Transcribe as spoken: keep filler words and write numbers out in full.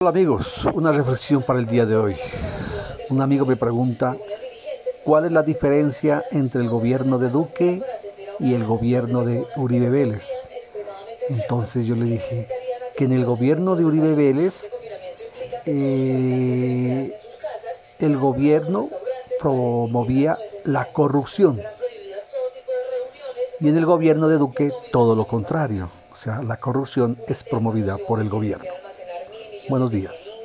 Hola amigos, una reflexión para el día de hoy. Un amigo me pregunta, ¿cuál es la diferencia entre el gobierno de Duque y el gobierno de Uribe Vélez? Entonces yo le dije que en el gobierno de Uribe Vélez, eh, el gobierno promovía la corrupción y en el gobierno de Duque todo lo contrario. O sea, la corrupción es promovida por el gobierno. Buenos días.